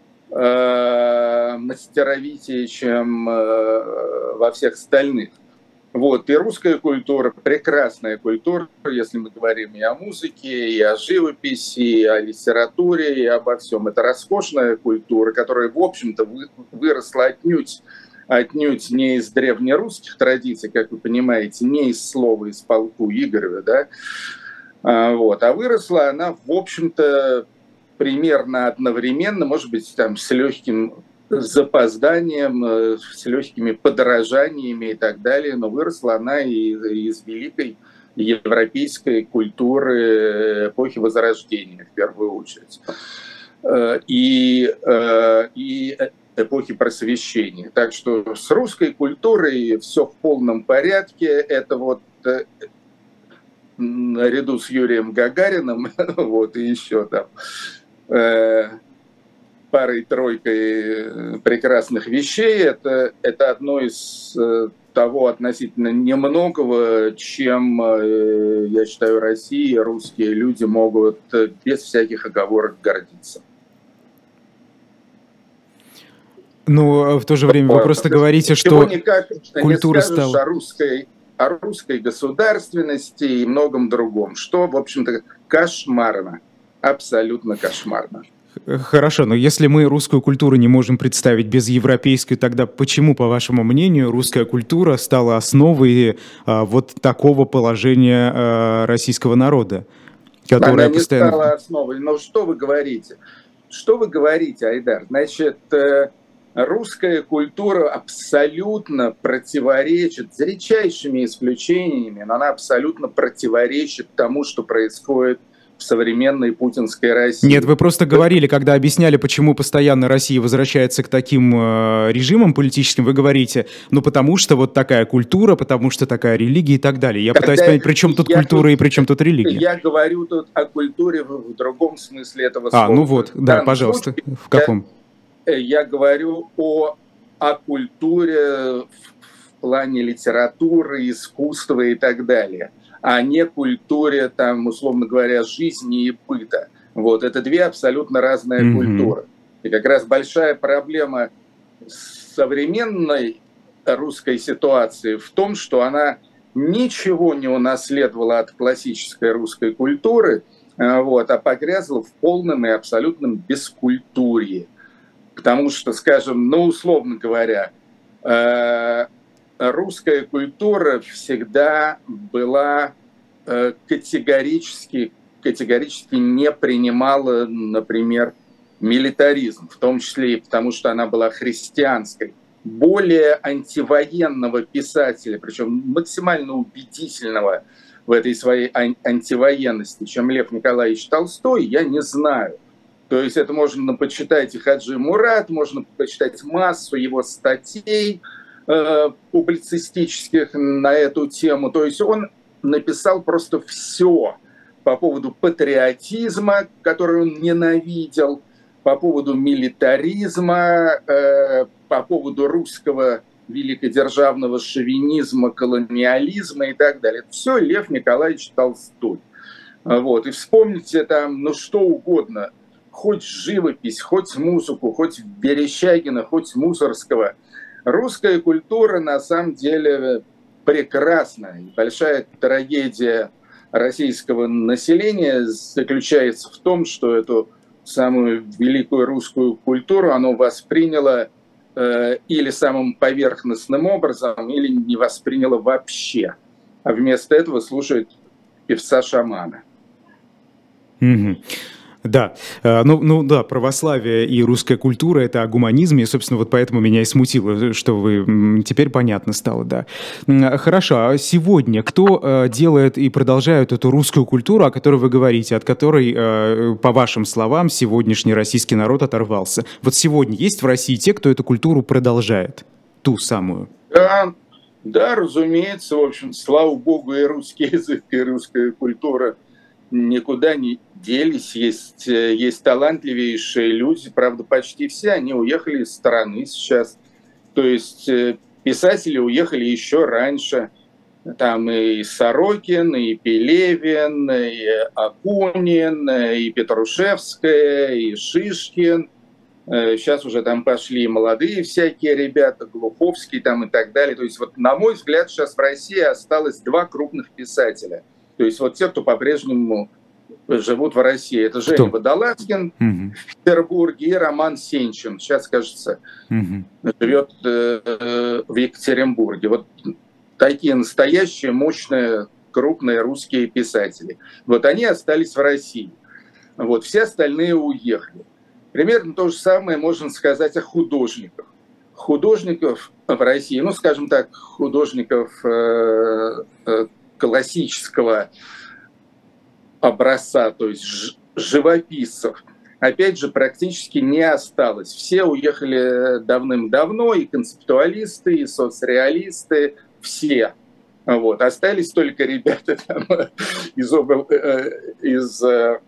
мастеровитее, чем во всех остальных. Вот. И русская культура, прекрасная культура, если мы говорим и о музыке, и о живописи, и о литературе, и обо всем. Это роскошная культура, которая, в общем-то, выросла отнюдь не из древнерусских традиций, как вы понимаете, не из слова из полку Игорева, да, вот, а выросла она, в общем-то, примерно одновременно, может быть, там с легким запозданием, с легкими подражаниями и так далее, но выросла она из великой европейской культуры эпохи Возрождения, в первую очередь, и эпохи Просвещения. Так что с русской культурой все в полном порядке. Это вот наряду с Юрием Гагариным, вот, и еще там парой-тройкой прекрасных вещей. Это одно из того относительно немногого, чем, я считаю, Россия и русские люди могут без всяких оговорок гордиться. Ну, в то же время вы просто говорите, что культура стала... О русской государственности и многом другом, что, в общем-то, кошмарно, абсолютно кошмарно. Хорошо, но если мы русскую культуру не можем представить без европейской, тогда почему, по вашему мнению, русская культура стала основой вот такого положения российского народа? Она не стала основой. Но что вы говорите? Что вы говорите, Айдар? Значит, русская культура абсолютно противоречит, за редчайшими исключениями, но она абсолютно противоречит тому, что происходит в современной путинской России. Нет, вы просто говорили, когда объясняли, почему постоянно Россия возвращается к таким режимам политическим, вы говорите, ну потому что вот такая культура, потому что такая религия и так далее. Я пытаюсь понять, при чем тут культура и при чем тут религия. Я говорю тут о культуре в другом смысле этого слова. Ну вот, да, пожалуйста. В каком? Я говорю о культуре в плане литературы, искусства и так далее, а не культуре, там, условно говоря, жизни и быта. Вот, это две абсолютно разные культуры. И как раз большая проблема современной русской ситуации в том, что она ничего не унаследовала от классической русской культуры, вот, а погрязла в полном и абсолютном бескультурье. Потому что, скажем, ну, условно говоря, русская культура всегда была категорически не принимала, например, милитаризм, в том числе и потому, что она была христианской. Более антивоенного писателя, причем максимально убедительного в этой своей антивоенности, чем Лев Николаевич Толстой, я не знаю. То есть это можно почитать и Хаджи Мурат, можно почитать массу его статей публицистических на эту тему. То есть он написал просто все по поводу патриотизма, который он ненавидел, по поводу милитаризма, по поводу русского великодержавного шовинизма, колониализма и так далее. Это все Лев Николаевич Толстой. Вот. И вспомните там, ну что угодно, хоть живопись, хоть музыку, хоть Верещагина, хоть Мусорского. Русская культура на самом деле прекрасна. Большая трагедия российского населения заключается в том, что эту самую великую русскую культуру оно восприняло или самым поверхностным образом, или не восприняло вообще. А вместо этого слушает певца-шамана. Да, ну да, православие и русская культура — это о гуманизме, и, собственно, вот поэтому меня и смутило, что вы... Теперь понятно стало, да. Хорошо, а сегодня кто делает и продолжает эту русскую культуру, о которой вы говорите, от которой, по вашим словам, сегодняшний российский народ оторвался? Вот сегодня есть в России те, кто эту культуру продолжает, ту самую? Да, разумеется, в общем, слава богу, и русский язык, и русская культура никуда не делись. Есть талантливейшие люди, правда, почти все они уехали из страны сейчас. То есть писатели уехали еще раньше. Там и Сорокин, и Пелевин, и Акунин, и Петрушевская, и Шишкин. Сейчас уже там пошли и молодые всякие ребята, Глуховский там и так далее. То есть вот, на мой взгляд, сейчас в России осталось два крупных писателя. То есть вот те, кто по-прежнему живут в России. Это Женя Водолазкин в Петербурге и Роман Сенчин. Сейчас, кажется, живет в Екатеринбурге. Вот такие настоящие, мощные, крупные русские писатели. Вот они остались в России. Вот, все остальные уехали. Примерно то же самое можно сказать о художниках. Художников в России, ну, скажем так, художников классического образца, то есть живописцев, опять же, практически не осталось. Все уехали давным-давно, и концептуалисты, и соцреалисты, все. Вот. Остались только ребята там, из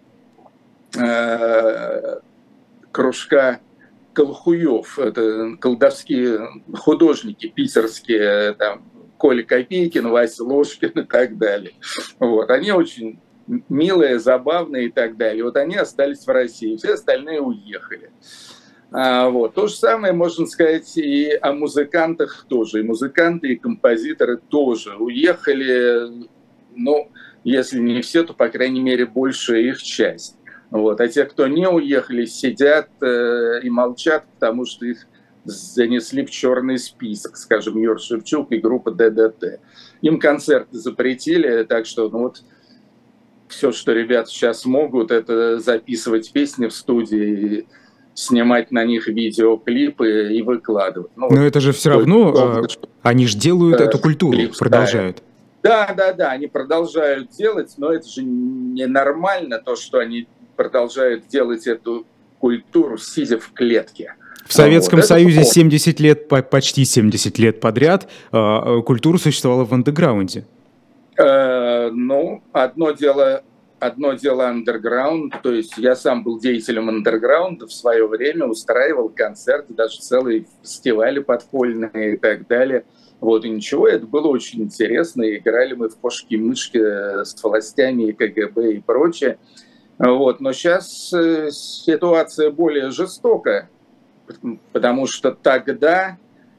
кружка Колхуев, это колдовские художники питерские, там, Коля Копейкин, Вася Ложкин и так далее. Вот. Они очень милые, забавные и так далее. Вот они остались в России, все остальные уехали. Вот. То же самое можно сказать и о музыкантах тоже. И музыканты, и композиторы тоже уехали, ну, если не все, то, по крайней мере, большая их часть. Вот. А те, кто не уехали, сидят и молчат, потому что их занесли в черный список, скажем, Юр Шевчук и группа ДДТ. Им концерты запретили, так что ну, вот, все, что ребята сейчас могут, это записывать песни в студии, снимать на них видеоклипы и выкладывать. Ну, но вот, это же все равно, они же делают эту культуру, продолжают. Да, они продолжают делать, но это же ненормально, то, что они продолжают делать эту культуру, сидя в клетке. В Советском Союзе 70 лет, почти 70 лет подряд культура существовала в андеграунде. Ну, одно дело андерграунд, то есть я сам был деятелем андерграунда в свое время, устраивал концерты, даже целые фестивали подпольные и так далее. Вот, и ничего, это было очень интересно, играли мы в кошки-мышки с властями и КГБ и прочее. Вот, но сейчас ситуация более жестокая, потому что тогда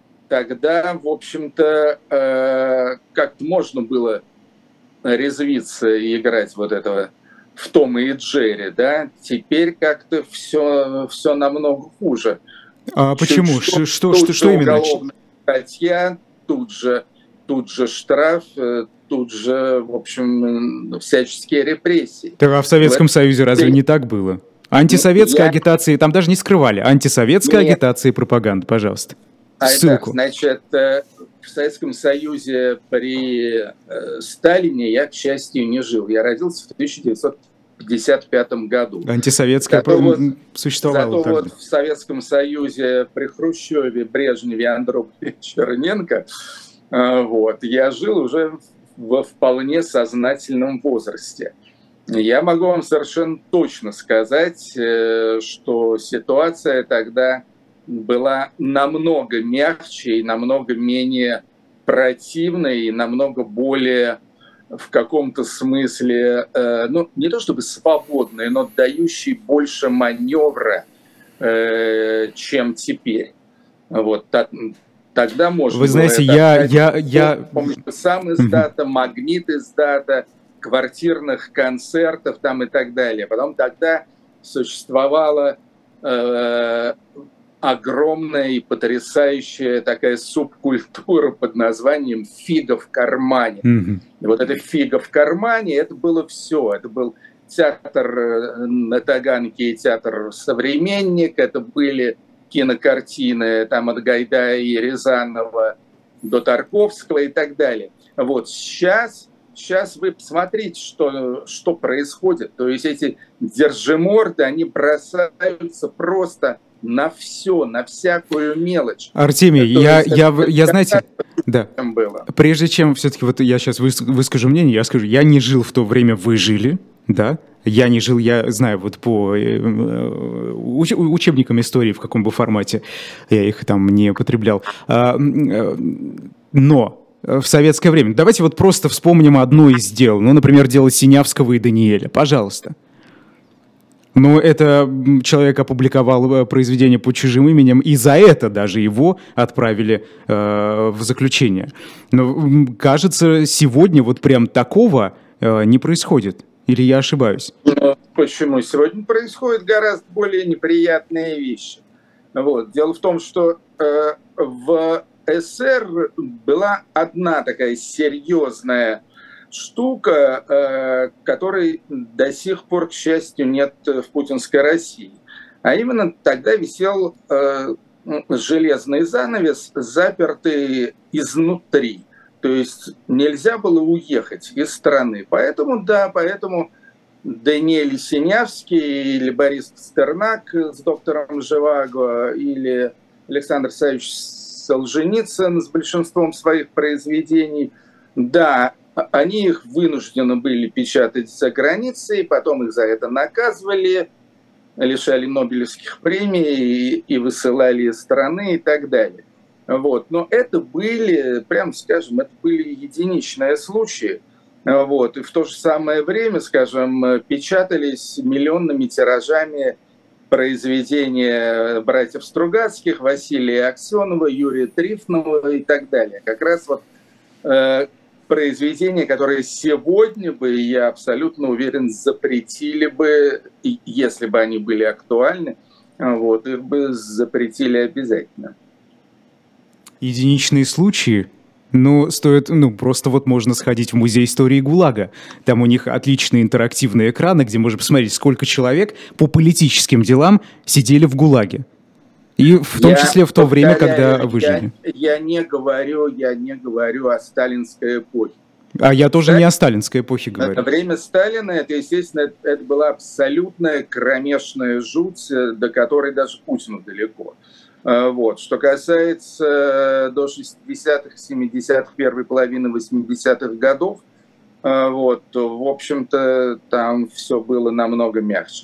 в общем-то, как-то можно было резвиться и играть вот этого в Тома и Джерри, да, теперь как-то все намного хуже. А почему? Что именно? Статья, тут же штраф, тут же, в общем, всяческие репрессии. Так, а в Советском Союзе разве не так было? Антисоветская агитация, там даже не скрывали. Антисоветская агитация и пропаганда, пожалуйста. Ссылку. Значит, в Советском Союзе при Сталине я, к счастью, не жил. Я родился в 1955 году. Антисоветская существовала. Зато вот в Советском Союзе при Хрущеве, Брежневе, Андропове, Черненко вот, я жил уже во вполне сознательном возрасте. Я могу вам совершенно точно сказать, что ситуация тогда была намного мягче и намного менее противной, и намного более в каком-то смысле, ну, не то чтобы свободной, но дающей больше маневра, чем теперь. Вот тогда можно. Вы знаете, я помню, сам издата, магнит издата, квартирных концертов там и так далее. Потом тогда существовала огромная и потрясающая такая субкультура под названием «фига в кармане». И вот эта «фига в кармане» — это было все. Это был театр на Таганке и театр «Современник», это были кинокартины там, от Гайдая и Рязанова до Тарковского и так далее. Вот сейчас вы посмотрите, что происходит. То есть эти держиморды, они бросаются просто на все, на всякую мелочь. Артемий, я знаете, да. Прежде чем все-таки вот я сейчас выскажу мнение, я скажу, я не жил в то время, вы жили, да? Я не жил, я знаю, вот по учебникам истории, в каком бы формате я их там не употреблял. Но в советское время. Давайте вот просто вспомним одно из дел. Ну, например, дело Синявского и Даниэля. Пожалуйста. Но это человек опубликовал произведение под чужим именем, и за это даже его отправили в заключение. Но кажется, сегодня вот прям такого не происходит. Или я ошибаюсь? Но почему? Сегодня происходят гораздо более неприятные вещи. Вот. Дело в том, что в СССР была одна такая серьезная штука, которой до сих пор, к счастью, нет в путинской России. А именно тогда висел железный занавес, запертый изнутри. То есть нельзя было уехать из страны. Поэтому Даниэль Синявский или Борис Пастернак с доктором Живаго или Александр Савич Солженицын с большинством своих произведений, да, они их вынуждены были печатать за границей, потом их за это наказывали, лишали Нобелевских премий и высылали из страны и так далее. Вот. Но это были, прямо скажем, это были единичные случаи. Вот. И в то же самое время, скажем, печатались миллионными тиражами произведения братьев Стругацких, Василия Аксенова, Юрия Трифонова и так далее. Как раз вот произведения, которые сегодня бы, я абсолютно уверен, запретили бы, если бы они были актуальны, вот, их бы запретили обязательно. Единичные случаи? Ну, стоит, просто вот можно сходить в музей истории ГУЛАГа. Там у них отличные интерактивные экраны, где можно посмотреть, сколько человек по политическим делам сидели в ГУЛАГе. И в том числе в то время, когда выжили. Я не говорю о сталинской эпохе. А я тоже не о сталинской эпохе говорю. Время Сталина, это, естественно, это была абсолютная кромешная жуть, до которой даже Путину далеко. Вот. Что касается до 60-х, 70-х, первой половины 80-х годов, вот, то, в общем-то, там все было намного мягче.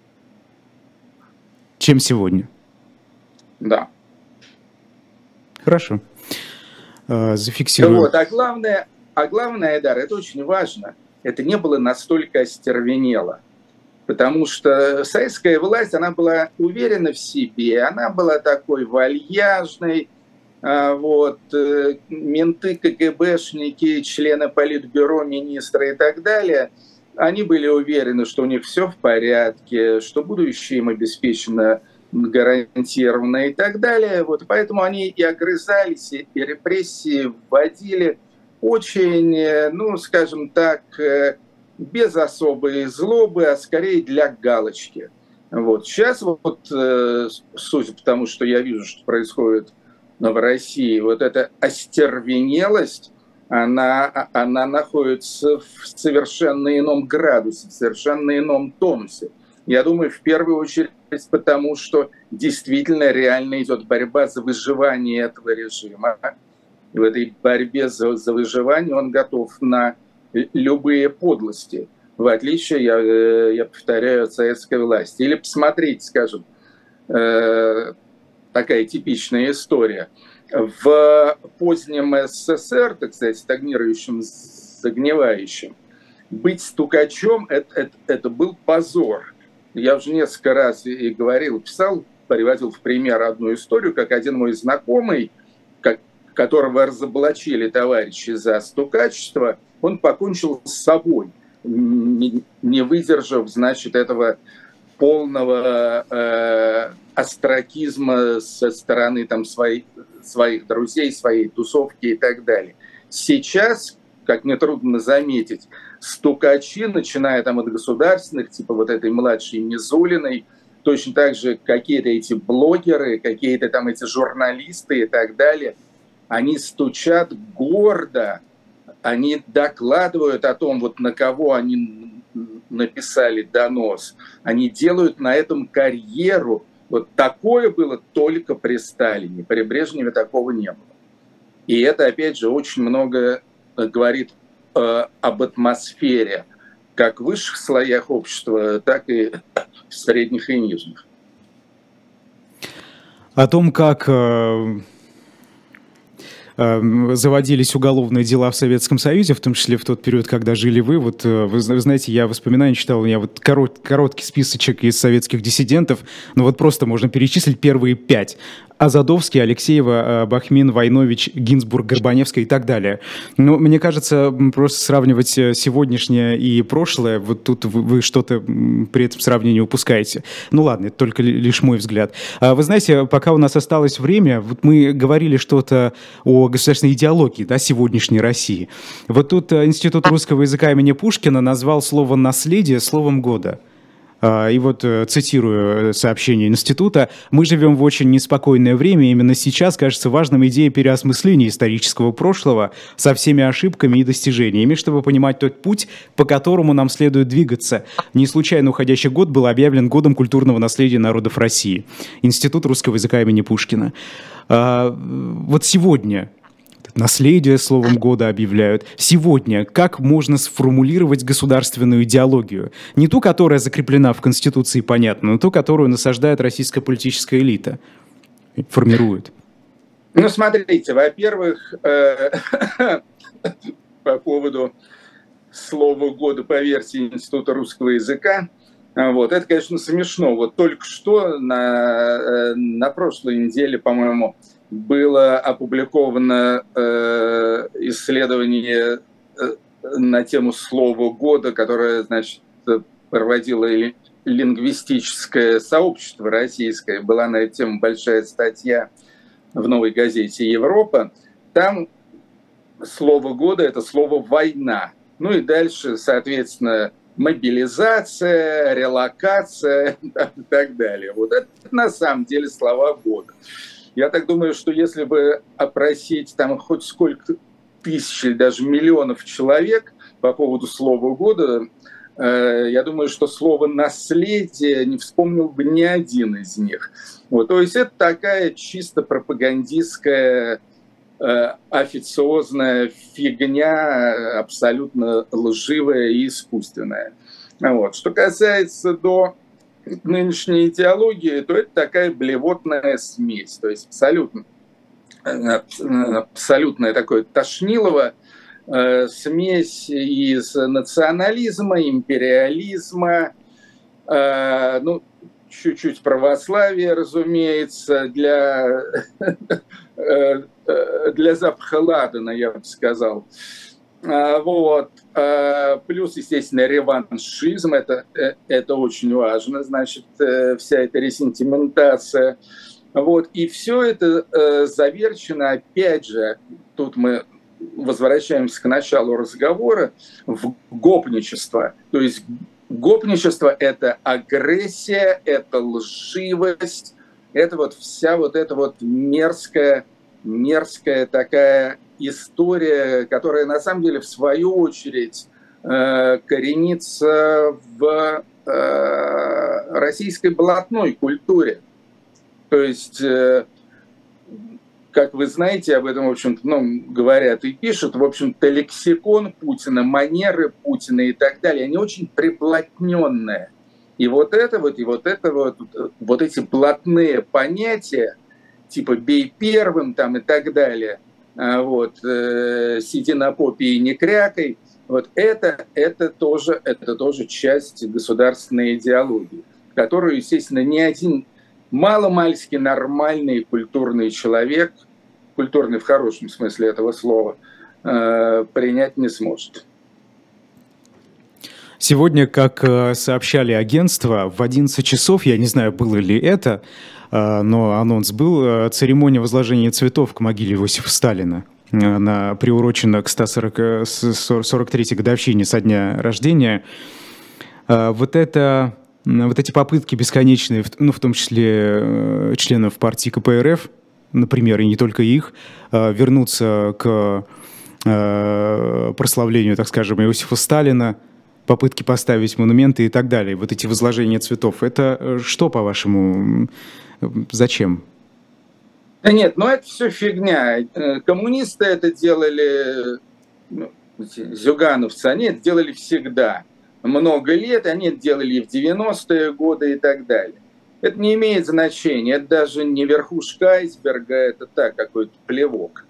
Чем сегодня? Да. Хорошо. Зафиксирую. Вот. А главное, Айдар, это очень важно, это не было настолько остервенело. Потому что советская власть, она была уверена в себе, она была такой вальяжной. Вот, менты, КГБшники, члены политбюро, министры и так далее, они были уверены, что у них все в порядке, что будущее им обеспечено гарантированно и так далее. Вот, поэтому они и огрызались, и репрессии вводили очень, скажем так, без особой злобы, а скорее для галочки. Вот. Сейчас, судя по тому, что я вижу, что происходит в России, вот эта остервенелость, она находится в совершенно ином градусе, в совершенно ином тонусе. Я думаю, в первую очередь потому, что действительно реально идет борьба за выживание этого режима. И в этой борьбе за выживание он готов на любые подлости, в отличие, я повторяю, от советской власти. Или посмотрите, скажем, такая типичная история. В позднем СССР, так сказать, стагнирующем, загнивающем, быть стукачом это был позор. Я уже несколько раз и говорил, писал, приводил в пример одну историю, как один мой знакомый, которого разоблачили товарищи за стукачество, он покончил с собой, не выдержав, значит, этого полного остракизма со стороны там, своих друзей, своей тусовки и так далее. Сейчас, как мне трудно заметить, стукачи, начиная там от государственных, типа вот этой младшей Мизулиной, точно так же какие-то эти блогеры, какие-то там эти журналисты и так далее, они стучат гордо, они докладывают о том, вот на кого они написали донос. Они делают на этом карьеру. Вот такое было только при Сталине. При Брежневе такого не было. И это, опять же, очень много говорит об атмосфере как в высших слоях общества, так и в средних и нижних. О том, как заводились уголовные дела в Советском Союзе, в том числе в тот период, когда жили вы. Вот вы знаете, я воспоминания читал, я вот короткий списочек из советских диссидентов, ну вот просто можно перечислить первые 5. Азадовский, Алексеева, Бахмин, Войнович, Гинзбург, Горбаневская и так далее. Но мне кажется, просто сравнивать сегодняшнее и прошлое, вот тут вы что-то при этом сравнении упускаете. Ну ладно, это только лишь мой взгляд. Вы знаете, пока у нас осталось время, вот мы говорили что-то о государственной идеологии, да, сегодняшней России. Вот тут Институт русского языка имени Пушкина назвал слово «наследие» словом года. И вот цитирую сообщение института: «Мы живем в очень неспокойное время, именно сейчас кажется важным идея переосмысления исторического прошлого со всеми ошибками и достижениями, чтобы понимать тот путь, по которому нам следует двигаться. Не случайно уходящий год был объявлен годом культурного наследия народов России». Институт русского языка имени Пушкина. Вот сегодня наследие словом года объявляют. Сегодня как можно сформулировать государственную идеологию? Не ту, которая закреплена в Конституции, понятно, но ту, которую насаждает российская политическая элита, формирует. Ну, смотрите, во-первых, по поводу слова года по версии Института русского языка, вот, это, конечно, смешно. Вот только что на прошлой неделе, по-моему, было опубликовано исследование на тему слова года, которое, значит, проводило лингвистическое сообщество российское. Была на эту тему большая статья в «Новой газете Европа». Там слово года – это слово «война». Ну и дальше, соответственно, мобилизация, релокация и так далее. Вот это на самом деле слова года. Я так думаю, что если бы опросить там хоть сколько тысяч или даже миллионов человек по поводу слова года, я думаю, что слово «наследие» не вспомнил бы ни один из них. Вот, то есть это такая чисто пропагандистская, официозная фигня, абсолютно лживая и искусственная. Вот. Что касается до нынешней идеологии, то это такая блевотная смесь, то есть абсолютное такое тошнилово, смесь из национализма, империализма, ну, чуть-чуть православия, разумеется, для запаха ладана, я бы сказал. Вот. Плюс, естественно, реваншизм, это очень важно, значит, вся эта ресентиментация. Вот. И все это заверчено, опять же, тут мы возвращаемся к началу разговора, в гопничество. То есть гопничество – это агрессия, это лживость, это вот вся вот эта вот мерзкая такая история, которая на самом деле в свою очередь коренится в российской блатной культуре. То есть, как вы знаете, об этом, в общем-то, говорят и пишут, в общем-то, лексикон Путина, манеры Путина и так далее, они очень приблотненные. И вот эти блатные понятия, типа «бей первым» там и так далее, вот, «сиди на попе и не крякай», вот это тоже часть государственной идеологии, которую, естественно, ни один маломальски нормальный культурный человек, культурный в хорошем смысле этого слова, принять не сможет. Сегодня, как сообщали агентства, в 11 часов, я не знаю, было ли это, но анонс был, церемония возложения цветов к могиле Иосифа Сталина. Она приурочена к 143-й годовщине со дня рождения. Вот эти попытки бесконечные, ну, в том числе членов партии КПРФ, например, и не только их, вернуться к прославлению, так скажем, Иосифа Сталина, попытки поставить монументы и так далее, вот эти возложения цветов, это что, по-вашему, зачем? Нет, это все фигня. Коммунисты это делали, зюгановцы, они это делали всегда. Много лет, они это делали и в 90-е годы и так далее. Это не имеет значения, это даже не верхушка айсберга, это так, какой-то плевок.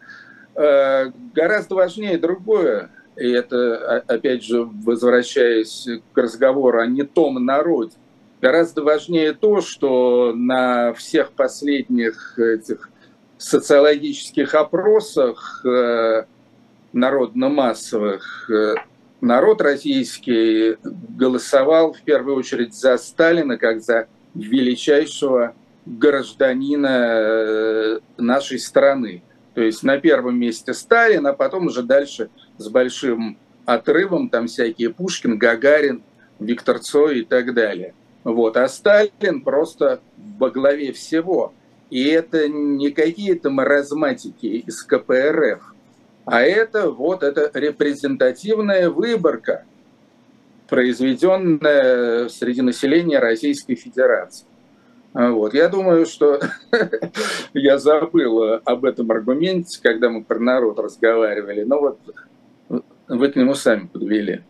Гораздо важнее другое, и это, опять же, возвращаясь к разговору о не том народе, гораздо важнее то, что на всех последних этих социологических опросах народно-массовых народ российский голосовал в первую очередь за Сталина как за величайшего гражданина нашей страны. То есть на первом месте Сталин, а потом уже дальше с большим отрывом там всякие Пушкин, Гагарин, Виктор Цой и так далее. Вот. А Сталин просто во главе всего. И это не какие-то маразматики из КПРФ, а это вот эта репрезентативная выборка, произведенная среди населения Российской Федерации. Вот. Я думаю, что я забыл об этом аргументе, когда мы про народ разговаривали, но вот вы к нему сами подвели.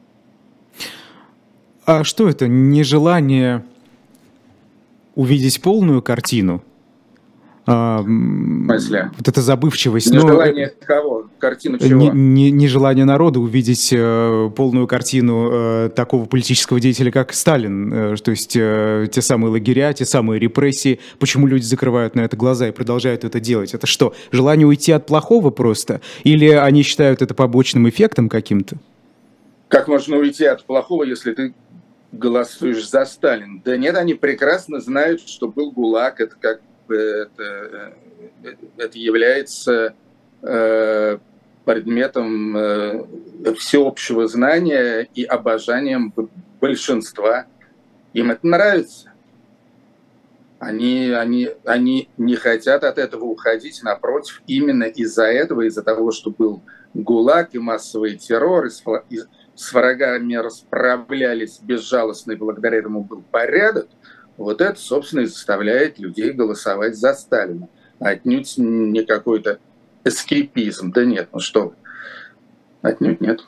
А что это? Нежелание увидеть полную картину? В смысле? Вот эта забывчивость. Нежелание кого? Картину чего? Нежелание народа увидеть полную картину такого политического деятеля, как Сталин. То есть те самые лагеря, те самые репрессии. Почему люди закрывают на это глаза и продолжают это делать? Это что, желание уйти от плохого просто? Или они считают это побочным эффектом каким-то? Как можно уйти от плохого, если ты голосуешь за Сталина? Да нет, они прекрасно знают, что был ГУЛАГ. Это как это является предметом всеобщего знания и обожанием большинства. Им это нравится. Они не хотят от этого уходить, напротив, именно из-за этого, из-за того, что был ГУЛАГ и массовый террор, и с врагами расправлялись безжалостно, и благодаря этому был порядок. Вот это, собственно, и заставляет людей голосовать за Сталина. Отнюдь не какой-то эскейпизм. Да нет, ну что, отнюдь нет.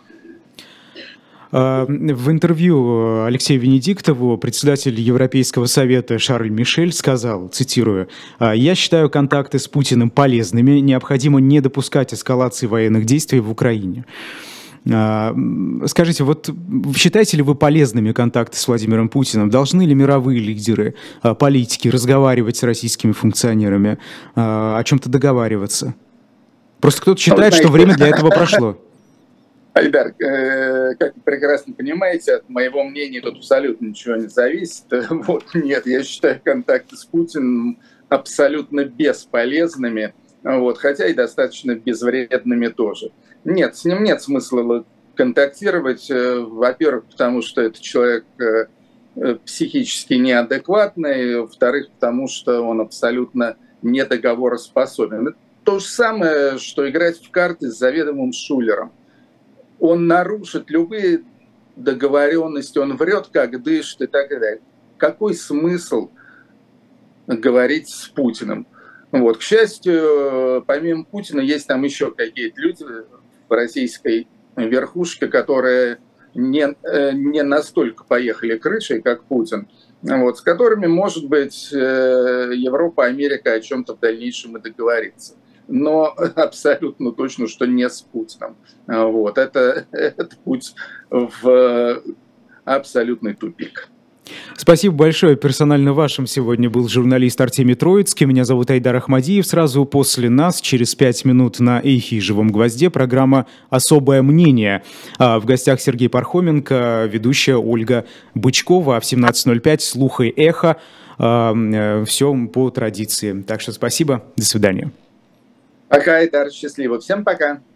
В интервью Алексею Венедиктову председатель Европейского совета Шарль Мишель сказал, цитирую, «Я считаю контакты с Путиным полезными, необходимо не допускать эскалации военных действий в Украине». Скажите, вот считаете ли вы полезными контакты с Владимиром Путиным? Должны ли мировые лидеры, политики разговаривать с российскими функционерами, о чем-то договариваться? Просто кто-то считает, что время для этого прошло. Альдар, как вы прекрасно понимаете, от моего мнения тут абсолютно ничего не зависит. Вот, нет, я считаю контакты с Путиным абсолютно бесполезными, вот, хотя и достаточно безвредными тоже. Нет, с ним нет смысла контактировать, во-первых, потому что это человек психически неадекватный, во-вторых, потому что он абсолютно недоговороспособен. Это то же самое, что играть в карты с заведомым шулером. Он нарушит любые договоренности, он врет, как дышит и так далее. Какой смысл говорить с Путиным? Вот. К счастью, помимо Путина, есть там еще какие-то люди в российской верхушке, которые не настолько поехали крышей, как Путин, вот, с которыми, может быть, Европа, Америка о чем-то в дальнейшем и договорится. Но абсолютно точно, что не с Путиным. Вот. Это путь в абсолютный тупик. Спасибо большое. Персонально вашим сегодня был журналист Артемий Троицкий. Меня зовут Айдар Ахмадиев. Сразу после нас, через 5 минут на «Эхе» и «Живом гвозде», программа «Особое мнение». В гостях Сергей Пархоменко, ведущая Ольга Бычкова. А в 17:05 «Слух и эхо». Все по традиции. Так что спасибо. До свидания. Пока, Айдар. Счастливо. Всем пока.